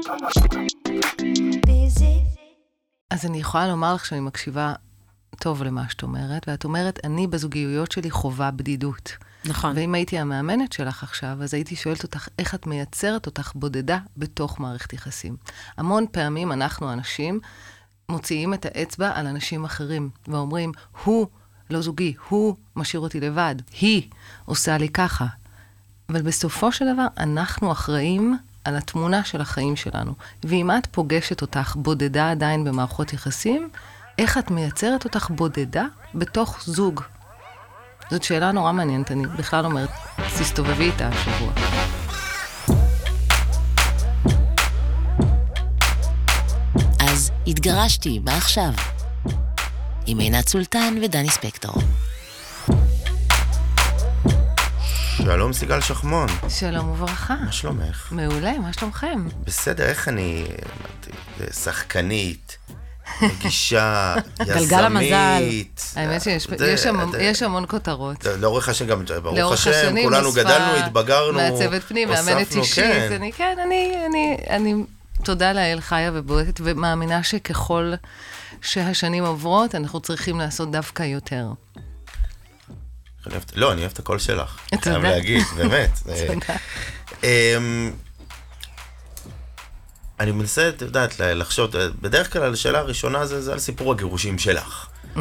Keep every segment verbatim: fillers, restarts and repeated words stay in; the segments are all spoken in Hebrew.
אז אני יכולה לומר לך שאני מקשיבה טוב למה שאת אומרת, ואת אומרת, אני בזוגיות שלי חובה בדידות. נכון. ואם הייתי המאמנת שלך עכשיו, אז הייתי שואלת אותך, איך את מייצרת אותך בודדה בתוך מערכת יחסים. המון פעמים אנחנו, אנשים, מוציאים את האצבע על אנשים אחרים, ואומרים, הוא לא זוגי, הוא משאיר אותי לבד, היא עושה לי ככה. אבל בסופו של דבר, אנחנו אחראים על התמונה של החיים שלנו. ואם את פוגשת אותך בודדה עדיין במערכות יחסים, איך את מייצרת אותך בודדה בתוך זוג? זאת שאלה נורא מעניינת, אני בכלל אומרת, תסתובבי איתה השבוע. אז התגרשתי, מה עכשיו? עם עינת סולטן ודני ספקטור. שלום סיגל שחמון. שלום וברכה. מה שלומך? מעולה, מה שלומכם? בסדר, איך אני... שחקנית, מגישה, גלגל המזל. יזמית. האמת שיש המון כותרות. לאורך השם גם, ברוך השם, כולנו גדלנו, התבגרנו. מעצבת פנים, מאמנת אישית. כן, אני תודה לאל חיה ובועטת, ומאמינה שככל שהשנים עוברות, אנחנו צריכים לעשות דווקא יותר. לא, אני אוהב את הקול שלך. תודה. חייב להגיד, באמת. תודה. אני מנסה, את יודעת, לחשוב, בדרך כלל השאלה הראשונה זה, זה על סיפור הגירושים שלך. Mm.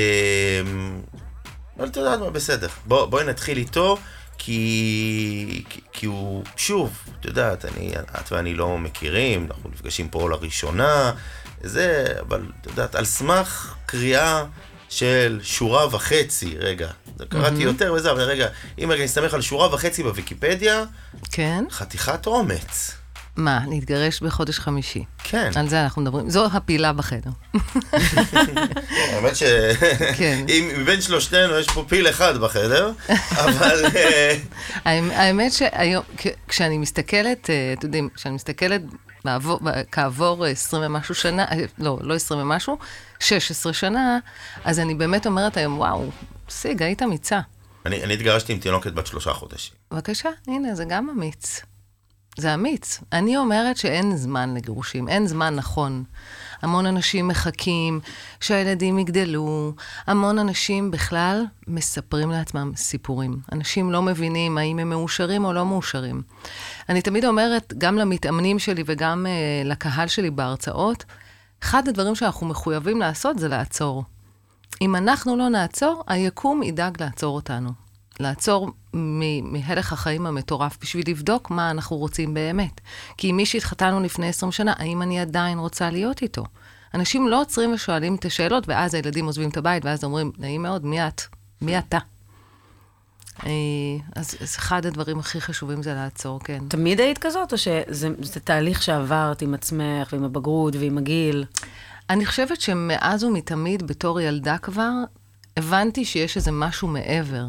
אבל אתה יודעת מה, בסדר. בוא, בואי נתחיל איתו, כי, כי, כי הוא, שוב, אתה יודעת, אני, את ואני לא מכירים, אנחנו נפגשים פה לראשונה, זה, אבל אתה יודעת, על סמך קריאה של שורה וחצי, רגע, קראתי mm-hmm. יותר וזה, אבל רגע, אם רגע נסתמך על שורה וחצי בוויקיפדיה, כן. חתיכת אומץ. מה, נתגרש בחודש חמישי. כן. על זה אנחנו מדברים. זו הפילה בחדר. האמת שאם מבין שלושתנו יש פה פיל אחד בחדר, אבל... האמת שהיום, כשאני מסתכלת, אתם יודעים, כשאני מסתכלת כעבור עשרים ומשהו שנה, לא, לא עשרים ומשהו, שש עשרה שנה, אז אני באמת אומרת היום, וואו, סיג, היית אמיצה. אני התגרשתי עם תינוקת בת שלושה חודשים. בבקשה, הנה, זה גם אמיץ. זה אמיץ. אני אומרת שאין זמן לגירושים, אין זמן נכון. המון אנשים מחכים שהילדים יגדלו, המון אנשים בכלל מספרים לעצמם סיפורים. אנשים לא מבינים האם הם מאושרים או לא מאושרים. אני תמיד אומרת, גם למתאמנים שלי וגם uh, לקהל שלי בהרצאות, אחד הדברים שאנחנו מחויבים לעשות זה לעצור. אם אנחנו לא נעצור, היקום ידאג לעצור אותנו. לעצור מהלך החיים המטורף בשביל לבדוק מה אנחנו רוצים באמת. כי אם מי שהתחתנו לפני עשרים שנה, האם אני עדיין רוצה להיות איתו? אנשים לא עוצרים ושואלים את השאלות, ואז הילדים עוזבים את הבית, ואז אומרים, נעים מאוד, מי את? מי אתה? אז אחד הדברים הכי חשובים זה לעצור, כן. תמיד היית כזאת, או שזה תהליך שעברת עם עצמך, ועם הבגרות, ועם הגיל? אני חושבת שמאז ומתמיד, בתור ילדה כבר, הבנתי שיש איזה משהו מעבר.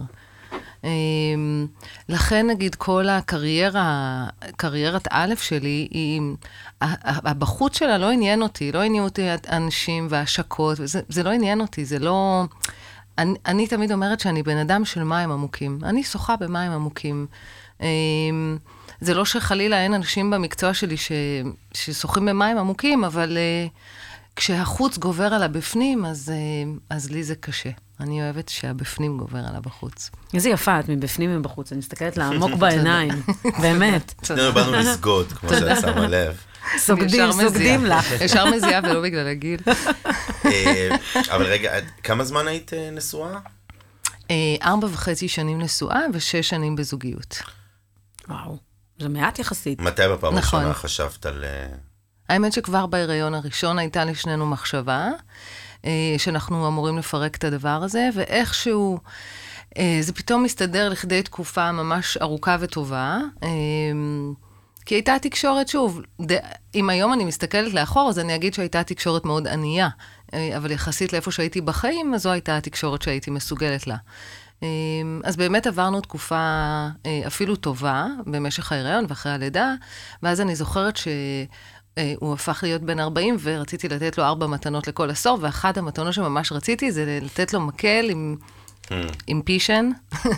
לכן נגיד כל הקריירה, קריירת א' שלי, היא, הבחוץ שלה לא עניין אותי, לא עניין אותי אנשים והשקות, זה, זה לא עניין אותי, זה לא... אני, אני תמיד אומרת שאני בן אדם של מים עמוקים, אני שוחה במים עמוקים. זה לא שחלילה אין אנשים במקצוע שלי ש, ששוחים במים עמוקים, אבל כשהחוץ גובר על הבפנים, אז, אז לי זה קשה. אני אוהבת שהבפנים גובר על הבחוץ. איזה יפה, את מבפנים מבחוץ, אני מסתכלת לה עמוק בעיניים, באמת. תודה. באנו לסגוד, כמו שאת שמה לב. סוגדים, סוגדים לך. ישר מזיעה ולא בגלל הגיל. אבל רגע, כמה זמן היית נשואה? ארבע וחצי שנים נשואה ושש שנים בזוגיות. וואו, זה מעט יחסית. מתי בפעם הראשונה חשבת על... האמת שכבר בהיריון הראשון הייתה לי שנינו מחשבה, שאנחנו אמורים לפרק את הדבר הזה, ואיכשהו זה פתאום מסתדר לכדי תקופה ממש ארוכה וטובה, כי הייתה תקשורת, שוב, אם היום אני מסתכלת לאחור, אז אני אגיד שהייתה תקשורת מאוד ענייה, אבל יחסית לאיפה שהייתי בחיים, אז זו הייתה התקשורת שהייתי מסוגלת לה. אז באמת עברנו תקופה אפילו טובה, במשך ההיריון ואחרי הלידה, ואז אני זוכרת ש... הוא הפך להיות בן ארבעים, ורציתי לתת לו ארבע מתנות לכל עשור, ואחת המתנות שממש רציתי זה לתת לו מקל עם עם פישן,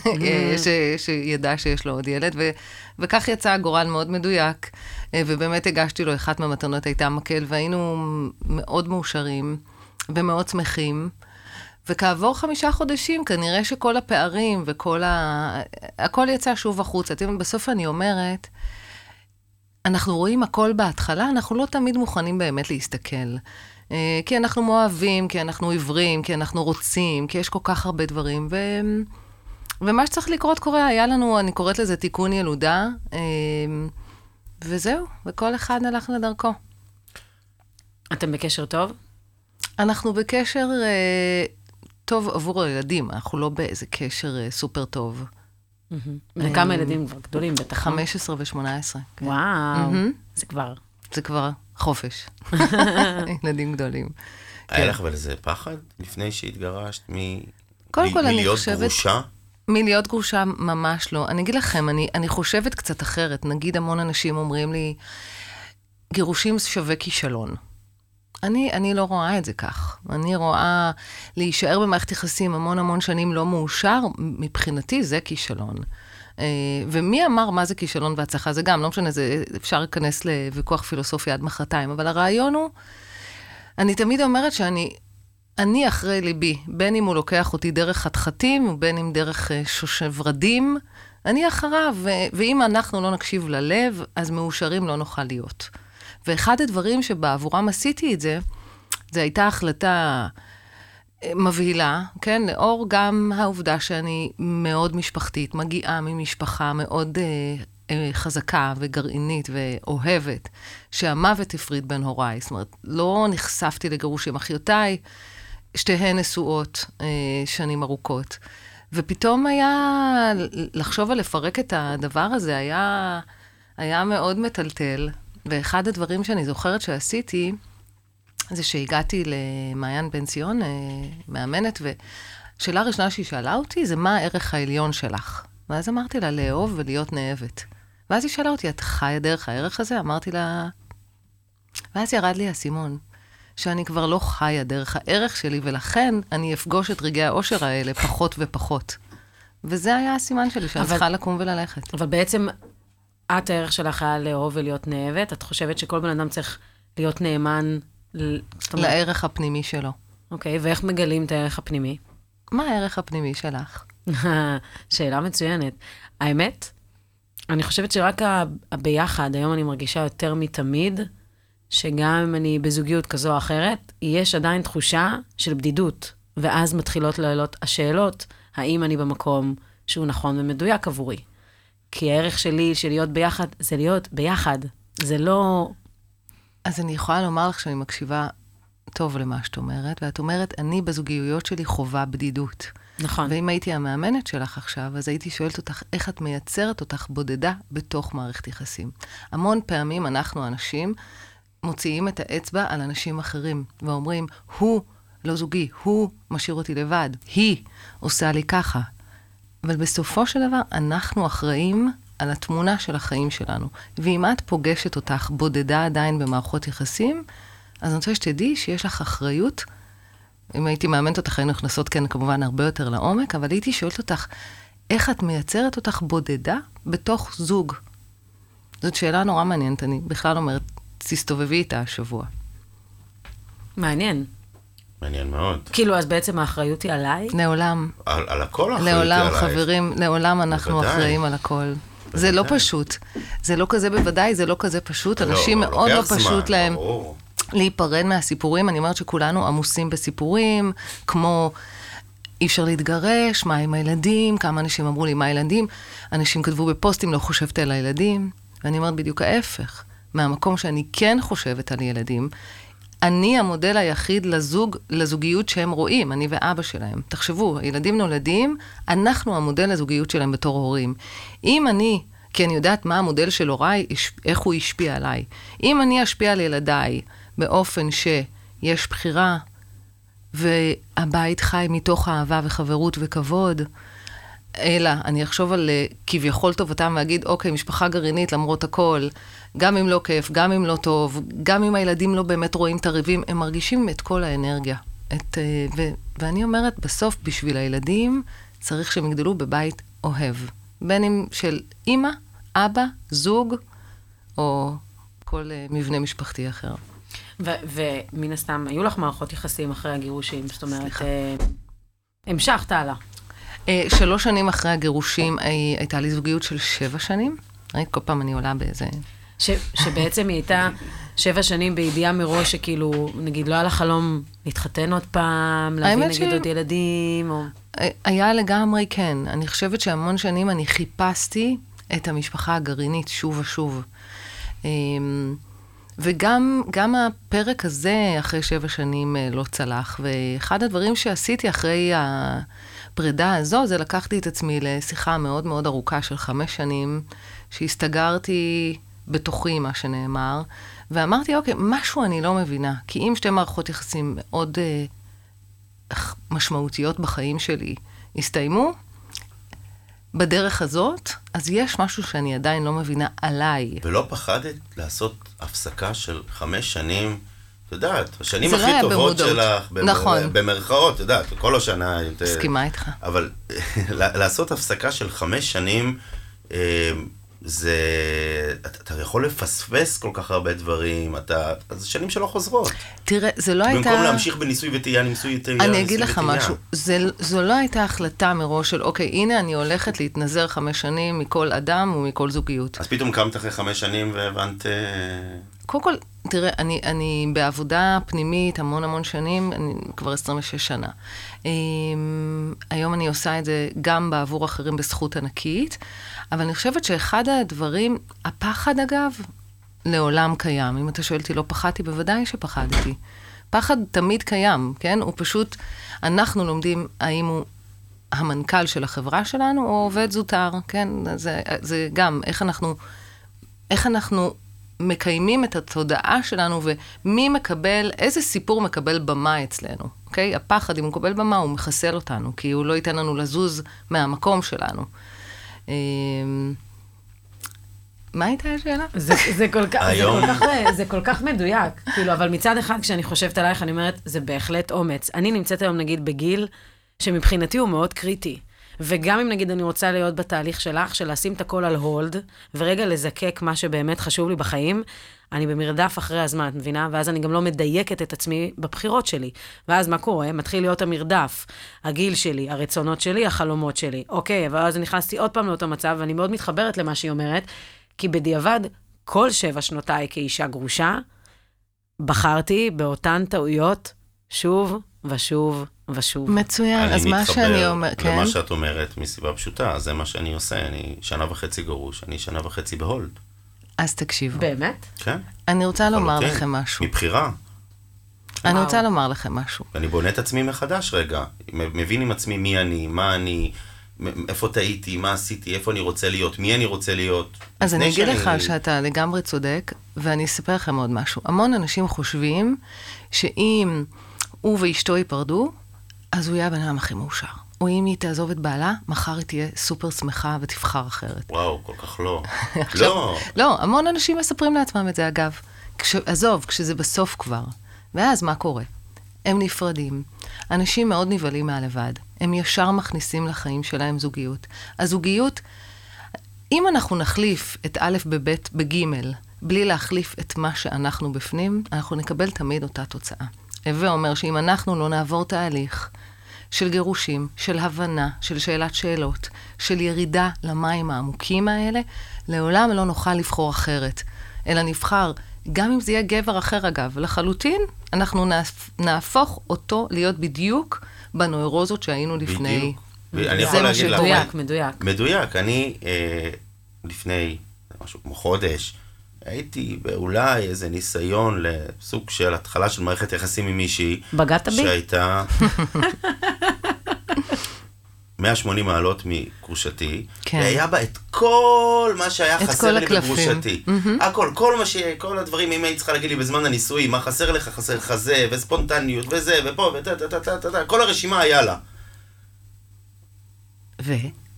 ש- שידע שיש לו עוד ילד, ו- וכך יצא הגורל מאוד מדויק, ובאמת הגשתי לו, אחת מהמתנות הייתה מקל, והיינו מאוד מאושרים, ומאוד שמחים, וכעבור חמישה חודשים, כנראה שכל הפערים, וכל ה... הכל יצא שוב החוצה. בסוף אני אומרת, אנחנו רואים הכל בהתחלה, אנחנו לא תמיד מוכנים באמת להסתכל. כי אנחנו מאוהבים, כי אנחנו עיוורים, כי אנחנו רוצים, כי יש כל כך הרבה דברים, ו... ומה שצריך לקרות קורה, היה לנו, אני קוראת לזה תיקון ילודה, וזהו, וכל אחד הלך לדרכו. אתם בקשר טוב? אנחנו בקשר טוב עבור הילדים, אנחנו לא באיזה קשר סופר טוב. וכמה ילדים כבר גדולים, בטח. חמש עשרה ושמונה עשרה. וואו, זה כבר... זה כבר חופש. ילדים גדולים. היה לך אבל איזה פחד לפני שהתגרשת קודם כל אני מלהיות חושבת... גרושה? מלהיות גרושה ממש לא. אני אגיד לכם, אני, אני חושבת קצת אחרת. נגיד המון אנשים אומרים לי, גירושים שווה כישלון. אני, אני לא רואה את זה כך. אני רואה להישאר במערכת יחסים המון המון שנים לא מאושר, מבחינתי זה כישלון. ומי אמר מה זה כישלון והצלחה? זה גם, לא משנה, זה, אפשר להיכנס לוויכוח פילוסופי עד מחרתיים, אבל הרעיון הוא, אני תמיד אומרת שאני, אני אחרי ליבי, בין אם הוא לוקח אותי דרך חתחתים, ובין אם דרך שושברדים, אני אחריו, ו- ואם אנחנו לא נקשיב ללב, אז מאושרים לא נוכל להיות. ואחד הדברים שבעבורם עשיתי את זה, זה הייתה החלטה מבהילה, כן? לאור גם העובדה שאני מאוד משפחתית, מגיעה ממשפחה מאוד אה, אה, חזקה וגרעינית ואוהבת, שהמוות הפריד בין הוריי. זאת אומרת, לא נחשפתי לגירושים. אחיותיי, שתיהן נשואות אה, שנים ארוכות. ופתאום היה, לחשוב על לפרק את הדבר הזה, היה, היה מאוד מטלטל. ואחד הדברים שאני זוכרת שעשיתי, זה שהגעתי למעיין בן ציון, מאמנת, ושאלה הראשונה שהיא שאלה אותי, זה מה הערך העליון שלך? ואז אמרתי לה, לאהוב ולהיות נאהבת. ואז היא שאלה אותי, את חיה דרך הערך הזה? אמרתי לה, ואז ירד לי הסימון, שאני כבר לא חיה דרך הערך שלי, ולכן אני אפגוש את רגעי האושר האלה פחות ופחות. וזה היה הסימן שלי, שאני צריכה לקום וללכת. אבל בעצם, את הערך שלך היה לאהוב ולהיות נאהבת? את חושבת שכל בן אדם צריך להיות נאמן לערך הפנימי שלו. אוקיי, ואיך מגלים את הערך הפנימי? מה הערך הפנימי שלך? שאלה מצוינת. האמת, אני חושבת שרק הביחד, היום אני מרגישה יותר מתמיד, שגם אם אני בזוגיות כזו או אחרת, יש עדיין תחושה של בדידות, ואז מתחילות לעלות השאלות, האם אני במקום שהוא נכון ומדויק עבורי. כי הערך שלי של להיות ביחד, זה להיות ביחד. זה לא... אז אני יכולה לומר לך שאני מקשיבה טוב למה שאת אומרת, ואת אומרת, אני בזוגיות שלי חובה בדידות. נכון. ואם הייתי המאמנת שלך עכשיו, אז הייתי שואלת אותך, איך את מייצרת אותך בודדה בתוך מערכת יחסים. המון פעמים אנחנו, אנשים, מוציאים את האצבע על אנשים אחרים, ואומרים, הוא לא זוגי, הוא משאיר אותי לבד, היא עושה לי ככה. אבל בסופו של דבר, אנחנו אחראים על התמונה של החיים שלנו. ואם את פוגשת אותך בודדה עדיין במערכות יחסים, אז אני רוצה שתדעי שיש לך אחריות. אם הייתי מאמנת אותך, היינו נכנסות כן כמובן הרבה יותר לעומק, אבל הייתי שואלת אותך, איך את מייצרת אותך בודדה בתוך זוג? זאת שאלה נורא מעניינת, אני בכלל אומרת, תסתובבי איתה השבוע. מעניין. מעניין מאוד. כאילו, אז בעצם האחריות היא עליי? לעולם. על, על הכל האחריות היא לעולם, עלייך. חברים, לעולם אנחנו בוודאי. אחראים על הכל. זה לא פשוט. זה לא כזה בוודאי, זה לא כזה פשוט. אנשים לא, מאוד לא לוקח פשוט זמן, להם ברור. להיפרד מהסיפורים. אני אומרת שכולנו עמוסים בסיפורים, כמו אי אפשר להתגרש, מה עם הילדים, כמה אנשים אמרו לי מה הילדים. אנשים כתבו בפוסטים, לא חושבת על הילדים. ואני אומרת בדיוק ההפך. מהמקום שאני כן חושבת על ילדים, אני המודל היחיד לזוג, לזוגיות שהם רואים, אני ואבא שלהם. תחשבו, הילדים נולדים, אנחנו המודל לזוגיות שלהם בתור הורים. אם אני, כי אני יודעת מה המודל של הוריי, איך הוא השפיע עליי. אם אני אשפיע על ילדיי באופן שיש בחירה, והבית חי מתוך אהבה וחברות וכבוד, אלא אני אחשוב על כביכול טובתם ואגיד, אוקיי, משפחה גרעינית למרות הכל, גם אם לא כיף, גם אם לא טוב, גם אם הילדים לא באמת רואים את הריבים, הם מרגישים את כל האנרגיה. את, ו, ואני אומרת, בסוף, בשביל הילדים, צריך שהם יגדלו בבית אוהב. בין אם של אמא, אבא, זוג, או כל מבנה משפחתי אחר. ומן הסתם, היו לך מערכות יחסים אחרי הגירושים, זאת אומרת, המשכת הלאה. שלוש שנים אחרי הגירושים, הייתה לי זוגיות של שבע שנים. ראית, כל פעם אני עולה באיזה... שבעצם היא הייתה שבע שנים בידיעה מראש, שכאילו, נגיד, לא היה לה חלום להתחתן עוד פעם, להביא נגיד עוד ילדים, או... היה לגמרי, כן. אני חושבת שהמון שנים אני חיפשתי את המשפחה הגרעינית שוב ושוב. וגם גם הפרק הזה, אחרי שבע שנים, לא צלח. ואחד הדברים שעשיתי אחרי הפרידה הזו, זה לקחתי את עצמי לשיחה מאוד מאוד ארוכה של חמש שנים, שהסתגרתי בתוכי, מה שנאמר, ואמרתי, אוקיי, משהו אני לא מבינה, כי אם שתי מערכות יחסים מאוד אה, משמעותיות בחיים שלי הסתיימו, בדרך הזאת, אז יש משהו שאני עדיין לא מבינה עליי. ולא פחדת לעשות הפסקה של חמש שנים, את יודעת, השנים הכי טובות שלך, נכון. במרכאות, את יודעת, כל השנה. מסכימה איתך. אבל לעשות הפסקה של חמש שנים, זה, אתה יכול לפספס כל כך הרבה דברים, אתה, זה שנים שלא חוזרות. תראה, זה לא הייתה... במקום להמשיך בניסוי וטעייה, ניסוי וטעייה, אני אגיד לך משהו, זה, זו לא הייתה החלטה מראש של, אוקיי, הנה אני הולכת להתנזר חמש שנים מכל אדם ומכל זוגיות. אז פתאום קמת אחרי חמש שנים והבנת... קודם כל, תראה, אני, אני בעבודה פנימית המון המון שנים, אני כבר עשרים ושש שנה. היום אני עושה את זה גם בעבור אחרים בזכות ענקית, אבל אני חושבת שאחד הדברים, הפחד אגב, לעולם קיים. אם אתה שואל אותי, לא פחדתי, בוודאי שפחדתי. פחד תמיד קיים, כן? הוא פשוט, אנחנו לומדים האם הוא המנכ"ל של החברה שלנו, או עובד זוטר, כן? זה, זה גם, איך אנחנו, איך אנחנו מקיימים את התודעה שלנו, ומי מקבל, איזה סיפור מקבל במה אצלנו, אוקיי? הפחד, אם הוא מקבל במה, הוא מחסל אותנו, כי הוא לא ייתן לנו לזוז מהמקום שלנו. מה הייתה השאלה? זה, זה, כל כך, זה, כל כך, זה כל כך מדויק. כאילו, אבל מצד אחד, כשאני חושבת עלייך, אני אומרת, זה בהחלט אומץ. אני נמצאת היום, נגיד, בגיל, שמבחינתי הוא מאוד קריטי. וגם אם נגיד אני רוצה להיות בתהליך שלך, של לשים את הכל על הולד, ורגע לזקק מה שבאמת חשוב לי בחיים, אני במרדף אחרי הזמן, את מבינה? ואז אני גם לא מדייקת את עצמי בבחירות שלי. ואז מה קורה? מתחיל להיות המרדף, הגיל שלי, הרצונות שלי, החלומות שלי. אוקיי, ואז נכנסתי עוד פעם לאותו מצב, ואני מאוד מתחברת למה שהיא אומרת, כי בדיעבד, כל שבע שנותיי כאישה גרושה, בחרתי באותן טעויות שוב ושוב ושוב. מצוין, אז מה שאני אומר, כן? אני מתחבר למה שאת אומרת מסיבה פשוטה, זה מה שאני עושה, אני שנה וחצי גרוש, אני שנה וחצי בהולד. אז תקשיבו. באמת? כן. אני רוצה לומר לכם משהו. מבחירה. אני רוצה לומר לכם משהו. אני בונה את עצמי מחדש רגע, מבין עם עצמי מי אני, מה אני, איפה טעיתי, מה עשיתי, איפה אני רוצה להיות, מי אני רוצה להיות. אז אני אגיד לך שאתה לגמרי צודק, ואני אספר לכם עוד משהו. המון אנשים חושבים שאם הוא ואשתו ייפרדו, אז הוא יהיה הבן אדם הכי מאושר. או אם היא תעזוב את בעלה, מחר היא תהיה סופר שמחה ותבחר אחרת. וואו, כל כך לא. לא. לא, המון אנשים מספרים לעצמם את זה, אגב. כש, עזוב, כשזה בסוף כבר. ואז מה קורה? הם נפרדים. אנשים מאוד נבלים מהלבד. הם ישר מכניסים לחיים שלהם זוגיות. הזוגיות, אם אנחנו נחליף את א' בב' בג' בלי להחליף את מה שאנחנו בפנים, אנחנו נקבל תמיד אותה תוצאה. הווה אומר שאם אנחנו לא נעבור תהליך של גירושים, של הבנה, של שאלת שאלות, של ירידה למים העמוקים האלה, לעולם לא נוכל לבחור אחרת, אלא נבחר, גם אם זה יהיה גבר אחר אגב, לחלוטין, אנחנו נהפוך אותו להיות בדיוק בנוירוזות שהיינו לפני. בדיוק. אני יכול להגיד לך. מדויק, מדויק. מדויק, אני אה, לפני משהו כמו חודש, הייתי באולי איזה ניסיון לסוג של התחלה של מערכת יחסים עם מישהי. בגעת בי? שהייתה מאה ושמונים מעלות מגרושתי. כן. והיה בה את כל מה שהיה חסר לי בגרושתי. Mm-hmm. הכל, כל מה ש... כל הדברים, אם היית צריכה להגיד לי בזמן הניסוי, מה חסר לך, חסר לך זה, וספונטניות, וזה, ופה, ותה, תה, תה, תה, תה, תה, כל הרשימה היה לה. ו?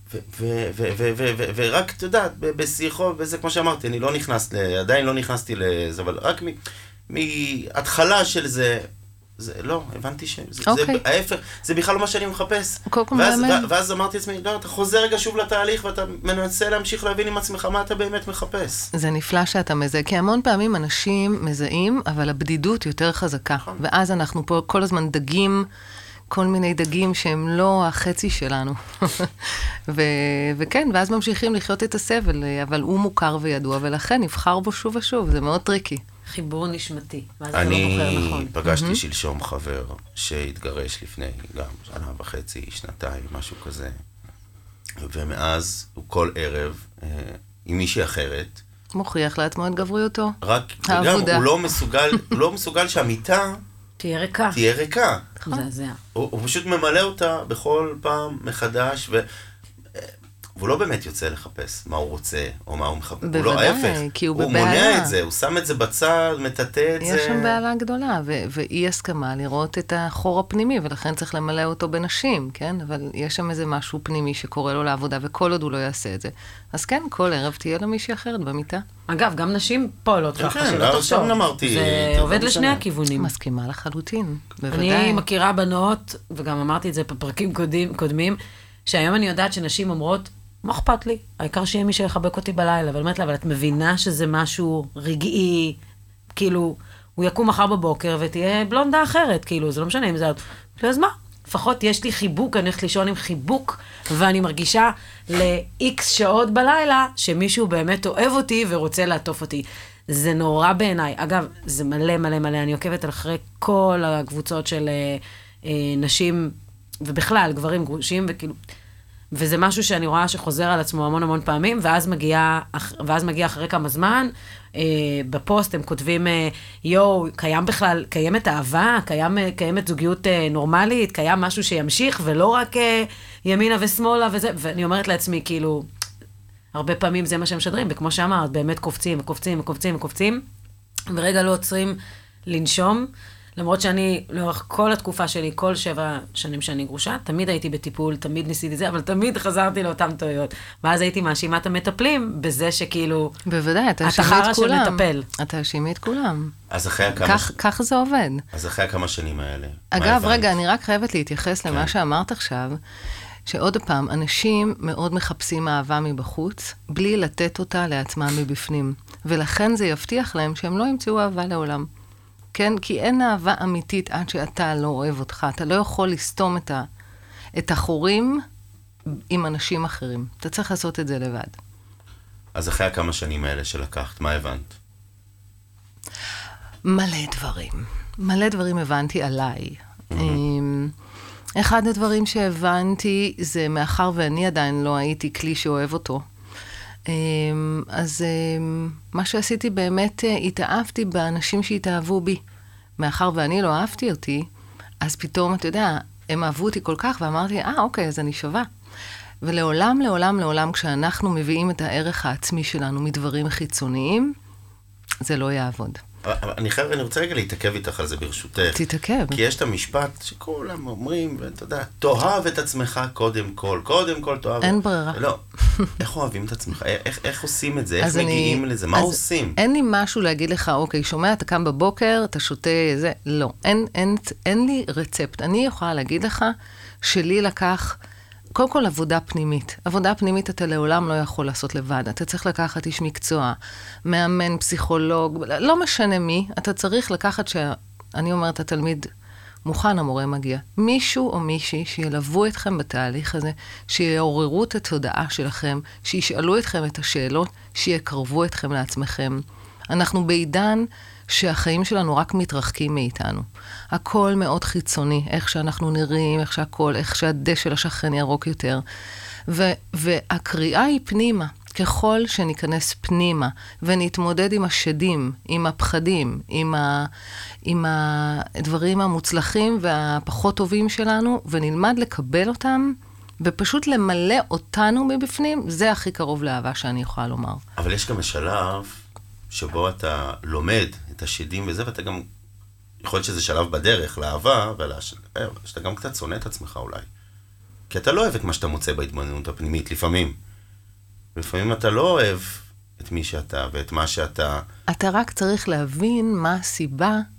ורק, אתה יודעת, בשיחו, וזה כמו שאמרתי, אני לא נכנס, עדיין לא נכנסתי לזה, אבל רק מההתחלה של זה, זה, לא, הבנתי שזה, אוקיי. זה, ההפך, זה בכלל לא מה שאני מחפש. קודם כל ואז, מאמן. ו- ואז אמרתי לעצמי, לא, אתה חוזר רגע שוב לתהליך, ואתה מנסה להמשיך להבין עם עצמך מה אתה באמת מחפש. זה נפלא שאתה מזהה, כי המון פעמים אנשים מזהים, אבל הבדידות יותר חזקה. נכון. ואז אנחנו פה כל הזמן דגים, כל מיני דגים שהם לא החצי שלנו. ו- וכן, ואז ממשיכים לחיות את הסבל, אבל הוא מוכר וידוע, ולכן נבחר בו שוב ושוב, זה מאוד טריקי. חיבור נשמתי. ואז אתה לא אני בוחר נכון. פגשתי שלשום חבר שהתגרש לפני גם שנה וחצי, שנתיים, משהו כזה. ומאז הוא כל ערב אה, עם מישהי אחרת. מוכיח לעצמו את גבריותו. רק, וגם העבודה. הוא לא מסוגל, הוא לא מסוגל שהמיטה תהיה ריקה. תהיה ריקה. מזעזע. הוא, הוא פשוט ממלא אותה בכל פעם מחדש, ו... והוא לא באמת יוצא לחפש מה הוא רוצה, או מה הוא מחפש. הוא לא בוודאי, ההפך. כי הוא הוא בבעלה. מונע את זה, הוא שם את זה בצד, מטאטא את יש זה. שם בעלה גדולה, ו- ואי הסכמה לראות את החור הפנימי, ולכן צריך למלא אותו בנשים, כן? אבל יש שם איזה משהו פנימי שקורה לו לעבודה, וכל עוד הוא לא יעשה את זה. אז כן, כל ערב תהיה לו מישהי אחרת במיטה. אגב, גם נשים פועלות כן, ככה, כן, שלא לא, תחשוב. שם אמרתי, זה טוב, עובד לא לשני משנה. הכיוונים. מסכימה לחלוטין, אני בוודאי. מכירה בנות, וגם אמרתי את זה בפרקים קודם, קודמים, שהיום אני יודעת שנשים אומרות, מה אכפת לי? העיקר שיהיה מי שיחבק אותי בלילה. אבל אומרת לה, אבל את מבינה שזה משהו רגעי, כאילו, הוא יקום מחר בבוקר ותהיה בלונדה אחרת, כאילו, זה לא משנה אם זה... אז מה? לפחות יש לי חיבוק, אני הולכת לישון עם חיבוק, ואני מרגישה ל-X שעות בלילה, שמישהו באמת אוהב אותי ורוצה לעטוף אותי. זה נורא בעיניי. אגב, זה מלא מלא מלא, אני עוקבת על אחרי כל הקבוצות של אה, אה, נשים, ובכלל, גברים גרושים, וכאילו... וזה משהו שאני רואה שחוזר על עצמו המון המון פעמים, ואז מגיע, ואז מגיע אחרי כמה זמן, אה, בפוסט הם כותבים, אה, יו, קיים בכלל, קיימת אהבה, קיים, קיימת זוגיות אה, נורמלית, קיים משהו שימשיך, ולא רק אה, ימינה ושמאלה וזה, ואני אומרת לעצמי, כאילו, הרבה פעמים זה מה שהם משדרים, וכמו שאמרת, באמת קופצים וקופצים וקופצים וקופצים, ורגע לא עוצרים לנשום, למרות שאני, לאורך כל התקופה שלי, כל שבע שנים שאני גרושה, תמיד הייתי בטיפול, תמיד ניסיתי זה, אבל תמיד חזרתי לאותם טעויות. ואז הייתי מאשימה את המטפלים, בזה שכאילו... בוודאי, אתה האשימי החרא את כולם. של מטפל. אתה האשימי את כולם. אז אחרי הכמה... כך, כך זה עובד. אז אחרי הכמה שנים האלה. מה אגב, הבנת? רגע, אני רק חייבת להתייחס כן. למה שאמרת עכשיו, שעוד פעם, אנשים מאוד מחפשים אהבה מבחוץ, בלי לתת אותה לעצמם מבפנים. ולכן זה יבטיח להם שהם לא ימצאו אהבה לעולם. כן? כי אין אהבה אמיתית עד שאתה לא אוהב אותך. אתה לא יכול לסתום את, ה, את החורים עם אנשים אחרים. אתה צריך לעשות את זה לבד. אז אחרי הכמה שנים האלה שלקחת, מה הבנת? מלא דברים. מלא דברים הבנתי עליי. Mm-hmm. אחד הדברים שהבנתי זה מאחר ואני עדיין לא הייתי כלי שאוהב אותו. אז מה שעשיתי באמת, התאהבתי באנשים שהתאהבו בי. מאחר ואני לא אהבתי אותי, אז פתאום, אתה יודע, הם אהבו אותי כל כך, ואמרתי, אה, אוקיי, אז אני שווה. ולעולם, לעולם, לעולם, כשאנחנו מביאים את הערך העצמי שלנו מדברים חיצוניים, זה לא יעבוד. אני חייב, אני רוצה רגע להתעכב איתך על זה ברשותך. תתעכב. כי יש את המשפט שכולם אומרים, ואתה יודע, תאהב את עצמך קודם כל, קודם כל תאהב. אין ברירה. לא, איך אוהבים את עצמך? איך, איך עושים את זה? איך אז מגיעים אני, לזה? מה עושים? אין לי משהו להגיד לך, אוקיי, שומע, אתה קם בבוקר, אתה שותה זה, לא. אין, אין, אין לי רצפט. אני יכולה להגיד לך שלי לקח... קודם כל, עבודה פנימית. עבודה פנימית אתה לעולם לא יכול לעשות לבד. אתה צריך לקחת איש מקצוע, מאמן, פסיכולוג, לא משנה מי, אתה צריך לקחת ש... אני אומרת, התלמיד מוכן, המורה מגיע. מישהו או מישהי שילוו אתכם בתהליך הזה, שיעוררו את התודעה שלכם, שישאלו אתכם את השאלות, שיקרבו אתכם לעצמכם. אנחנו בעידן שהחיים שלנו רק מתרחקים מאיתנו. הכל מאוד חיצוני, איך שאנחנו נראים, איך שהכל, איך שהדשא לשכן ירוק יותר. ו- והקריאה היא פנימה. ככל שניכנס פנימה ונתמודד עם השדים, עם הפחדים, עם, ה- עם הדברים המוצלחים והפחות טובים שלנו, ונלמד לקבל אותם, ופשוט למלא אותנו מבפנים, זה הכי קרוב לאהבה שאני יכולה לומר. אבל יש גם השלב שבו אתה לומד את השדים וזה, ואתה גם, יכול להיות שזה שלב בדרך לאהבה, ושאתה גם קצת שונא את עצמך אולי. כי אתה לא אוהב את מה שאתה מוצא בהתבוננות הפנימית, לפעמים. לפעמים אתה לא אוהב את מי שאתה ואת מה שאתה... אתה רק צריך להבין מה הסיבה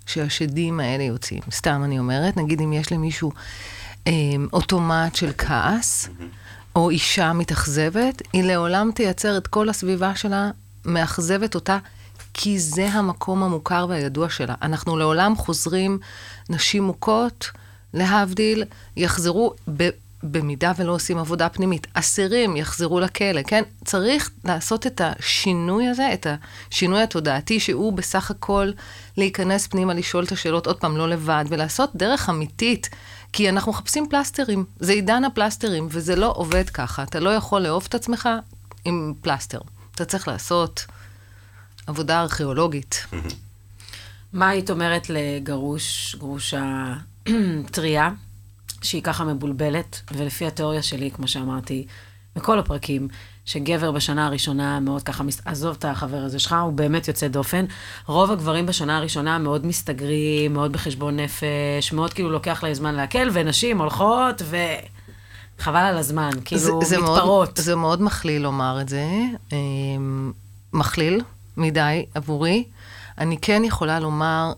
שהשדים האלה יוצאים. סתם אני אומרת, נגיד אם יש למישהו אה, אוטומט של כעס, או אישה מתאכזבת, היא לעולם תייצר את כל הסביבה שלה, מאכזבת אותה, כי זה המקום המוכר והידוע שלה. אנחנו לעולם חוזרים, נשים מוכות, להבדיל, יחזרו, ב, במידה ולא עושים עבודה פנימית, אסירים יחזרו לכלא, כן? צריך לעשות את השינוי הזה, את השינוי התודעתי, שהוא בסך הכל להיכנס פנימה, לשאול את השאלות עוד פעם, לא לבד, ולעשות דרך אמיתית, כי אנחנו מחפשים פלסטרים, זה עידן הפלסטרים, וזה לא עובד ככה. אתה לא יכול לאהוב את עצמך עם פלסטר. אתה צריך לעשות עבודה ארכיאולוגית. מה היית אומרת לגרוש, גרושה טריה, שהיא ככה מבולבלת, ולפי התיאוריה שלי, כמו שאמרתי, בכל הפרקים, שגבר בשנה הראשונה מאוד ככה, עזוב את החבר הזה שלך, הוא באמת יוצא דופן. רוב הגברים בשנה הראשונה מאוד מסתגרים, מאוד בחשבון נפש, מאוד כאילו לוקח להם זמן להקל, ונשים הולכות וחבל על הזמן, כאילו זה, זה מתפרות. מאוד, זה מאוד מכליל לומר את זה, מכליל מדי עבורי. אני כן יכולה לומר,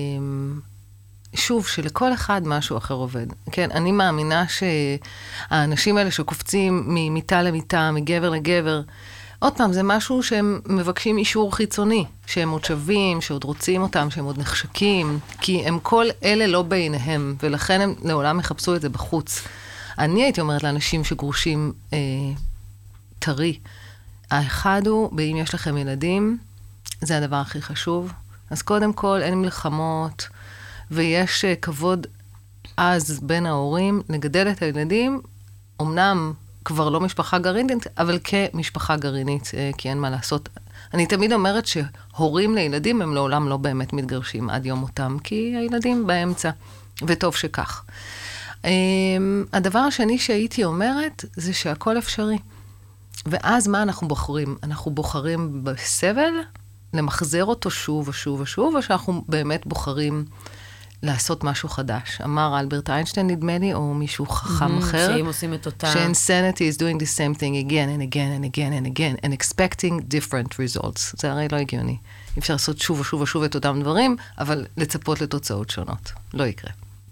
שוב, שלכל אחד משהו אחר עובד. כן, אני מאמינה שהאנשים האלה שקופצים ממיטה למיטה, מגבר לגבר, עוד פעם, זה משהו שהם מבקשים אישור חיצוני, שהם עוד שווים, שעוד רוצים אותם, שהם עוד נחשקים, כי הם כל אלה לא ביניהם, ולכן הם לעולם יחפשו את זה בחוץ. אני הייתי אומרת לאנשים שגרושים אה, טרי, האחד הוא, באם יש לכם ילדים, זה הדבר הכי חשוב. אז קודם כל, אין מלחמות, ויש כבוד אז בין ההורים לגדל את הילדים, אמנם כבר לא משפחה גרעינית, אבל כמשפחה גרעינית, כי אין מה לעשות. אני תמיד אומרת שהורים לילדים הם לעולם לא באמת מתגרשים עד יום מותם, כי הילדים באמצע, וטוב שכך. הדבר השני שהייתי אומרת, זה שהכל אפשרי. ואז מה אנחנו בוחרים? אנחנו בוחרים בסבל, למחזר אותו שוב ושוב ושוב, או שאנחנו באמת בוחרים לעשות משהו חדש. אמר אלברט איינשטיין, נדמה לי, או מישהו חכם אחר. שאם עושים את אותה... ש-insanity is doing the same thing again and again and again and again and expecting different results. זה הרי לא הגיוני. אי אפשר לעשות שוב ושוב ושוב את אותם דברים, אבל לצפות לתוצאות שונות. לא יקרה.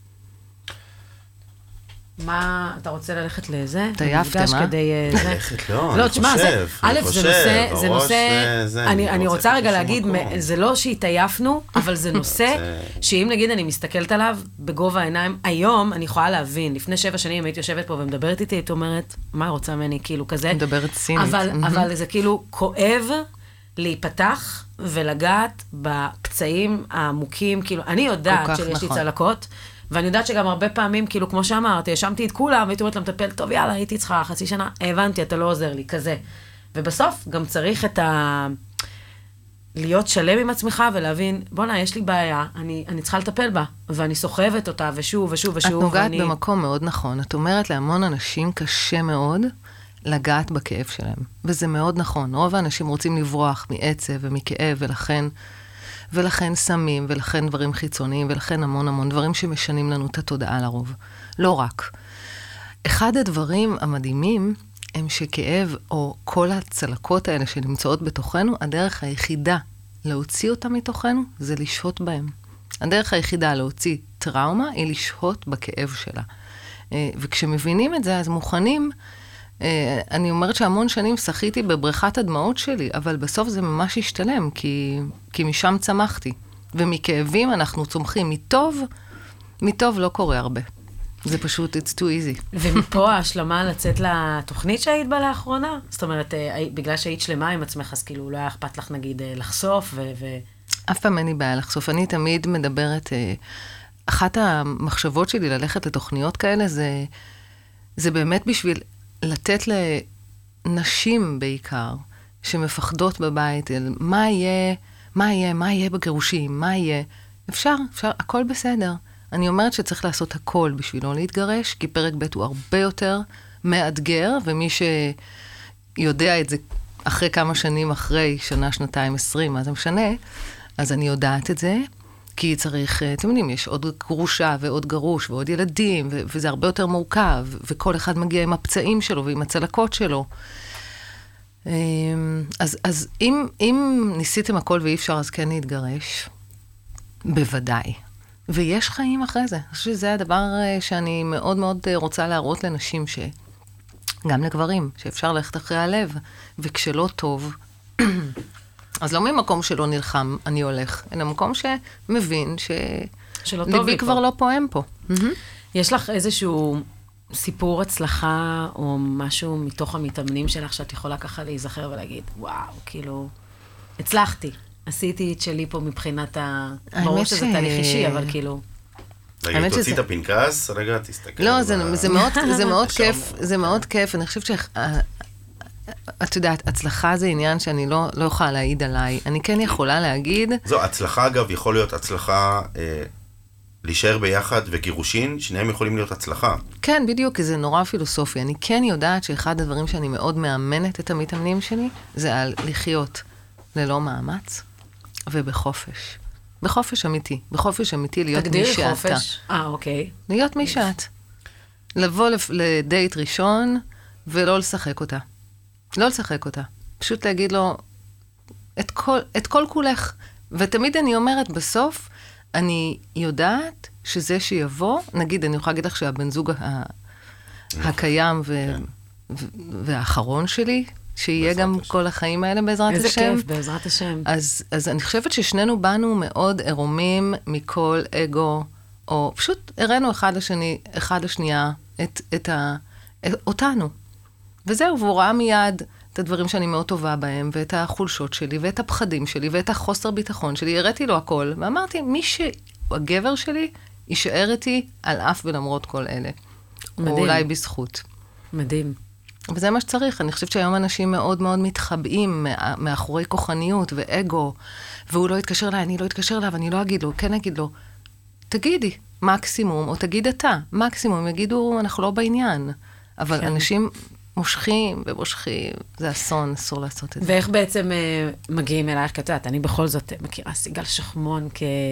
מה, אתה רוצה ללכת לזה? תייפתם, אה? ללכת, לא, לא, אני תשמע, חושב, א', אני זה נושא, חושב, זה נושא, זה, אני, אני אני רוצה רוצה רגע לשום להגיד, מקום. זה לא שהתעייפנו, אבל זה נושא שאם נגיד אני מסתכלת עליו בגובה העיניים, היום אני יכולה להבין, לפני שבע שנים הייתי יושבת פה ומדברת איתי, הייתי אומרת, מה רוצה ממני, כאילו כזה. מדברת סינית. אבל, אבל זה כאילו כואב להיפתח ולגעת בפצעים העמוקים, כאילו, אני יודעת שיש לי צלקות, ואני יודעת שגם הרבה פעמים, כאילו, כמו שאמרתי, ישמתי את כולם, והייתי אומרת למטפל, טוב, יאללה, הייתי צריכה חצי שנה, הבנתי, אתה לא עוזר לי, כזה. ובסוף גם צריך את ה... להיות שלם עם עצמך ולהבין, בונה, יש לי בעיה, אני, אני צריכה לטפל בה, ואני סוחבת אותה, ושוב, ושוב, ושוב. את נוגעת ואני... במקום מאוד נכון. את אומרת להמון אנשים קשה מאוד לגעת בכאב שלהם. וזה מאוד נכון. רוב האנשים רוצים לברוח מעצב ומכאב, ולכן... ולכן סמים, ולכן דברים חיצוניים, ולכן המון המון דברים שמשנים לנו את התודעה לרוב. לא רק. אחד הדברים המדהימים הם שכאב, או כל הצלקות האלה שנמצאות בתוכנו, הדרך היחידה להוציא אותם מתוכנו, זה לשהות בהם. הדרך היחידה להוציא טראומה, היא לשהות בכאב שלה. וכשמבינים את זה, אז מוכנים... אני אומרת שהמון שנים שחיתי בבריכת הדמעות שלי, אבל בסוף זה ממש השתלם, כי, כי משם צמחתי. ומכאבים אנחנו צומחים. מטוב, מטוב לא קורה הרבה. זה פשוט, it's too easy. ומפה ההשלמה לצאת לתוכנית שהיית בה לאחרונה? זאת אומרת, בגלל שהיית שלמה עם עצמך, אז כאילו לא היה אכפת לך נגיד לחשוף ו... ו... אף פעם אין לי בעיה לחשוף. אני תמיד מדברת, אחת המחשבות שלי ללכת לתוכניות כאלה, זה, זה באמת בשביל... לתת לנשים בעיקר, שמפחדות בבית, מה יהיה, מה יהיה, מה יהיה בגירושים, מה יהיה. אפשר, אפשר, הכל בסדר. אני אומרת שצריך לעשות הכל בשביל לא להתגרש, כי פרק ב' הוא הרבה יותר מאתגר, ומי שיודע את זה אחרי כמה שנים, אחרי שנה, שנתיים, עשרים, מה זה משנה, אז אני יודעת את זה, כי צריך, אתם יודעים, יש עוד גרושה ועוד גרוש ועוד ילדים, ו- וזה הרבה יותר מורכב, וכל אחד מגיע עם הפצעים שלו ועם הצלקות שלו. אז, אז אם, אם ניסיתם הכל ואי אפשר, אז כן להתגרש. בוודאי. ויש חיים אחרי זה. אני חושבת שזה הדבר שאני מאוד מאוד רוצה להראות לנשים, ש... גם לגברים, שאפשר ללכת אחרי הלב, וכשלא טוב, אז לא ממקום שלא נלחם אני הולך, אלא מקום שמבין שלבי כבר לא פועם פה. יש לך איזשהו סיפור הצלחה, או משהו מתוך המתאמנים שלך, שאת יכולה ככה להיזכר ולהגיד, וואו, כאילו, הצלחתי, עשיתי את שלי פה מבחינת ה... ברור שזה תהליך אישי, אבל כאילו... רגע, תוציא את הפנקס, רגע, תסתכל. לא, זה מאוד כיף, זה מאוד כיף, אני חושבת ש... את יודעת, הצלחה זה עניין שאני לא יכולה להעיד עליי, אני כן יכולה להגיד... זו, הצלחה אגב יכול להיות הצלחה... להישאר ביחד וגירושין, שניהם יכולים להיות הצלחה. כן, בדיוק, כי זה נורא פילוסופי. אני כן יודעת שאחד הדברים שאני מאוד מאמנת את המתאמנים שלי, זה על לחיות ללא מאמץ ובחופש. בחופש אמיתי. בחופש אמיתי להיות מי שאתה. תגדירי חופש. אה, אוקיי. להיות מי שאת. לבוא לדייט ראשון ולא לשחק אותה. לא לשחק אותה. פשוט להגיד לו את כל, את כל כולך. ותמיד אני אומרת בסוף, אני יודעת שזה שיבוא, נגיד, אני יכולה להגיד לך שהבן זוג הקיים והאחרון שלי, שיהיה גם כל החיים האלה בעזרת השם. איזה כיף, בעזרת השם. אז אני חושבת ששנינו באנו מאוד עירומים מכל אגו, או פשוט הראינו אחד לשני, אחד לשנייה, אותנו. וזהו, והוא ראה מיד את הדברים שאני מאוד טובה בהם, ואת החולשות שלי, ואת הפחדים שלי, ואת החוסר ביטחון שלי. הראיתי לו הכל, ואמרתי, מי שהגבר שלי יישאר איתי על אף ולמרות כל אלה. מדהים. או אולי בזכות. מדהים. וזה מה שצריך. אני חושבת שהיום אנשים מאוד מאוד מתחבאים מאחורי כוחניות ואגו, והוא לא יתקשר אליי, אני לא יתקשר אליו, אני לא אגיד לו, כן אגיד לו, תגידי, מקסימום, או תגיד אתה, מקסימום, יגידו, אנחנו לא בעניין. אבל כן. אנשים... מושכים ומושכים, זה אסון, אסור לעשות את זה. ואיך בעצם אה, מגיעים אלייך כתבת? אני בכל זאת מכירה סיגל שחמון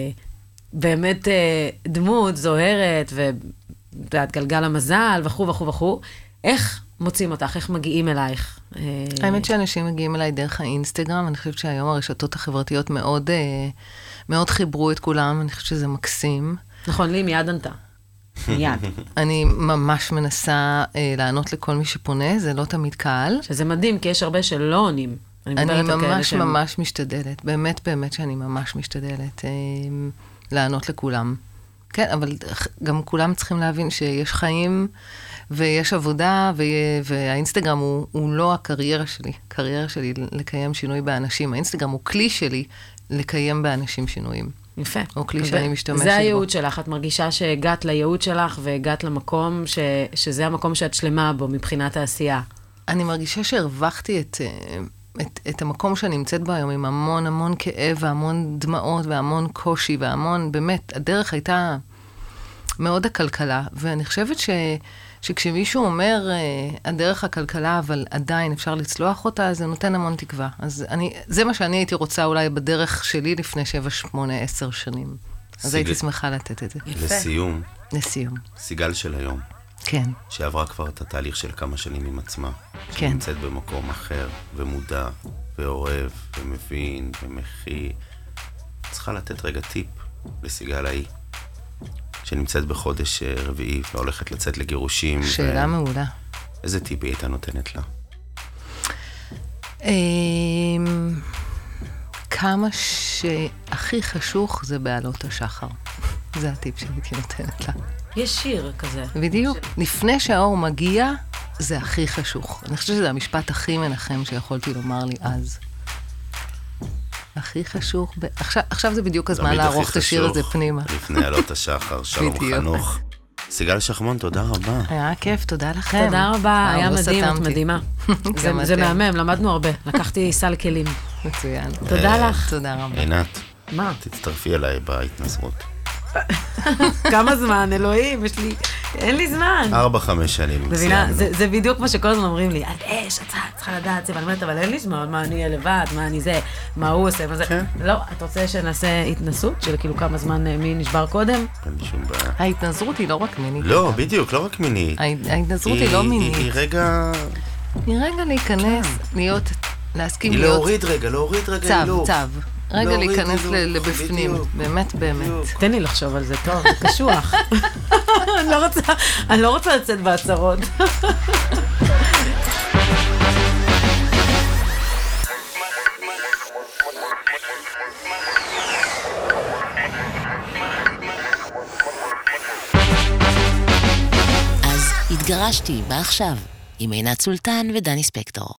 כבאמת אה, דמות זוהרת, ואת גלגל המזל, וכו' וכו' וכו'. איך מוצאים אותך? איך מגיעים אלייך? אה... האמת שאנשים מגיעים אליי דרך האינסטגרם, אני חושבת שהיום הרשתות החברתיות מאוד, אה, מאוד חיברו את כולם, אני חושבת שזה מקסים. נכון, לי מיד ענתה. מיד. אני ממש מנסה אה, לענות לכל מי שפונה, זה לא תמיד קל. שזה מדהים, כי יש הרבה שלא עונים. אני, אני ממש שהם... ממש משתדלת, באמת באמת שאני ממש משתדלת אה, לענות לכולם. כן, אבל גם כולם צריכים להבין שיש חיים ויש עבודה, ו... והאינסטגרם הוא, הוא לא הקריירה שלי. הקריירה שלי לקיים שינוי באנשים. האינסטגרם הוא כלי שלי לקיים באנשים שינויים. יפה. או כלי שאני משתמשת בו. זה הייעוד שלך, את מרגישה שהגעת לייעוד שלך, והגעת למקום ש, שזה המקום שאת שלמה בו, מבחינת העשייה. אני מרגישה שהרווחתי את, את, את המקום שאני נמצאת בו היום, עם המון המון כאב, והמון דמעות, והמון קושי, והמון, באמת, הדרך הייתה מאוד הכלכלה, ואני חושבת ש, שכשמישהו אומר, הדרך הכלכלה, אבל עדיין אפשר לצלוח אותה, זה נותן המון תקווה. אז אני, זה מה שאני הייתי רוצה אולי בדרך שלי לפני שבע, שמונה, עשר שנים. אז הייתי שמחה לתת את זה. לסיום. לסיום. סיגל של היום. כן. שעברה כבר את התהליך של כמה שנים עם עצמה. כן. שנמצאת במקום אחר, ומודע, ואוהב, ומבין, ומחי. צריכה לתת רגע טיפ לסיגל ההיא. שנמצאת בחודש רביעי, והולכת לצאת לגירושים. שאלה ו... מעולה. איזה טיפ היא הייתה נותנת לה? כמה שהכי חשוך זה בעלות השחר. זה הטיפ שהייתי נותנת לה. יש שיר כזה. בדיוק. לפני שהאור מגיע, זה הכי חשוך. אני חושבת שזה המשפט הכי מנחם שיכולתי לומר לי אז. הכי חשוך, ב... עכשיו, עכשיו זה בדיוק הזמן לערוך את השיר הזה פנימה. לפני עלות השחר, שלום חנוך. סיגל שחמון, תודה רבה. היה כיף, תודה לכם. תודה רבה, היה מדהים, את מדהימה. זה, זה מהמם, למדנו הרבה. לקחתי סל כלים. מצוין. תודה לך. תודה רבה. עינת, מה? תצטרפי אליי בהתנסות. כמה זמן, אלוהים, יש לי, אין לי זמן. ארבע, חמש שנים. מבינה, זה, זה בדיוק מה שכל הזמן אומרים לי, את אש, את צריכה לדעת, זה, ואני אומרת, אבל אין לי זמן, מה אני אהיה לבד, מה אני זה, מה הוא עושה, מה זה. כן. לא, את רוצה שנעשה התנסות, של כאילו כמה זמן מי נשבר קודם? אין לי שום בעיה. ההתנזרות היא לא רק מינית. לא, בדיוק, לא רק מינית. ההתנזרות היא לא מינית. היא רגע... היא רגע להיכנס, להיות, להסכים היא להיות... להוריד רגע, להוריד רגע צו, צו. רגע להוריד להיכנס הילוך, ל- לבפנים, בדיוק. באמת באמת. בדיוק. תן לי לחשוב על זה, טוב, זה קשוח. אני לא רוצה, אני לא רוצה לצאת בהצהרות. אז התגרשתי, מה עכשיו? עם עינת סולטן ודני ספקטור.